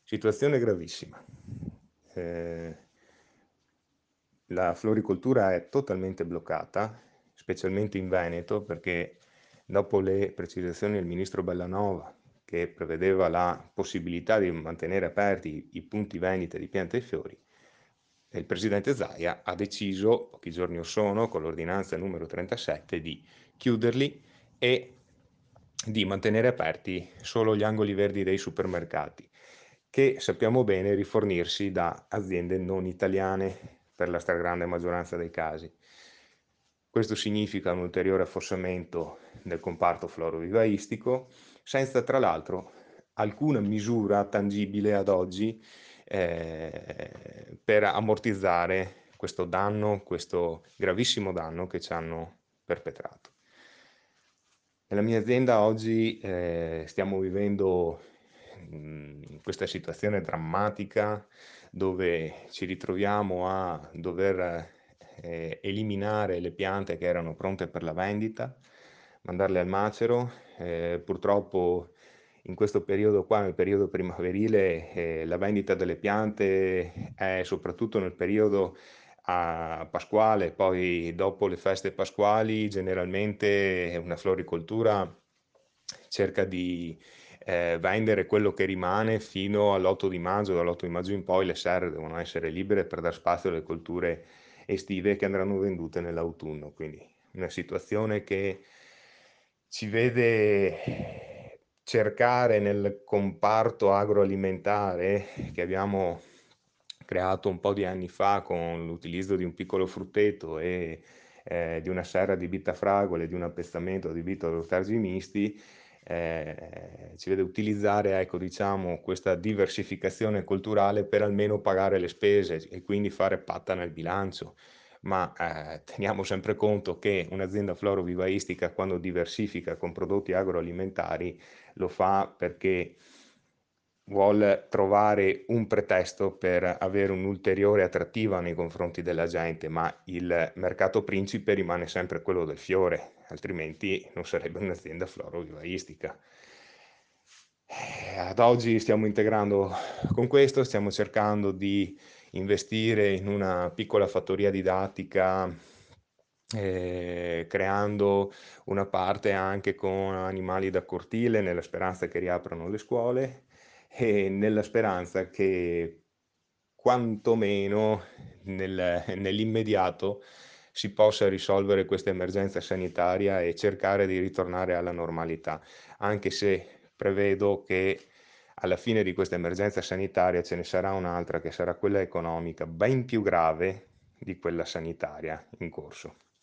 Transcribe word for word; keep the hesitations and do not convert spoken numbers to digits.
Situazione gravissima. Eh, la floricoltura è totalmente bloccata, specialmente in Veneto, perché dopo le precisazioni del ministro Bellanova, che prevedeva la possibilità di mantenere aperti i punti vendita di piante e fiori, il presidente Zaia ha deciso, pochi giorni or sono, con l'ordinanza numero trentasette, di chiuderli e di mantenere aperti solo gli angoli verdi dei supermercati, che sappiamo bene rifornirsi da aziende non italiane per la stragrande maggioranza dei casi. Questo significa un ulteriore affossamento del comparto florovivaistico, senza tra l'altro alcuna misura tangibile ad oggi eh, per ammortizzare questo danno, questo gravissimo danno che ci hanno perpetrato. Nella mia azienda oggi eh, stiamo vivendo mh, questa situazione drammatica dove ci ritroviamo a dover eh, eliminare le piante che erano pronte per la vendita, mandarle al macero. Eh, purtroppo in questo periodo qua, nel periodo primaverile, eh, la vendita delle piante è soprattutto nel periodo a Pasquale, poi dopo le feste pasquali generalmente una floricoltura cerca di eh, vendere quello che rimane fino all'otto di maggio, dall'otto di maggio in poi le serre devono essere libere per dar spazio alle colture estive che andranno vendute nell'autunno, quindi una situazione che ci vede cercare nel comparto agroalimentare che abbiamo creato un po' di anni fa con l'utilizzo di un piccolo frutteto e eh, di una serra adibita a fragole, di un appezzamento adibito ad ortaggi misti, eh, ci vede utilizzare, ecco, diciamo, questa diversificazione culturale per almeno pagare le spese e quindi fare patta nel bilancio. Ma eh, teniamo sempre conto che un'azienda florovivaistica, quando diversifica con prodotti agroalimentari, lo fa perché vuol trovare un pretesto per avere un'ulteriore attrattiva nei confronti della gente, ma il mercato principe rimane sempre quello del fiore, altrimenti non sarebbe un'azienda florovivaistica. Eh, Ad oggi stiamo integrando con questo, stiamo cercando di investire in una piccola fattoria didattica, eh, creando una parte anche con animali da cortile, nella speranza che riaprano le scuole e nella speranza che quantomeno nel- nell'immediato si possa risolvere questa emergenza sanitaria e cercare di ritornare alla normalità, anche se prevedo che alla fine di questa emergenza sanitaria ce ne sarà un'altra che sarà quella economica, ben più grave di quella sanitaria in corso.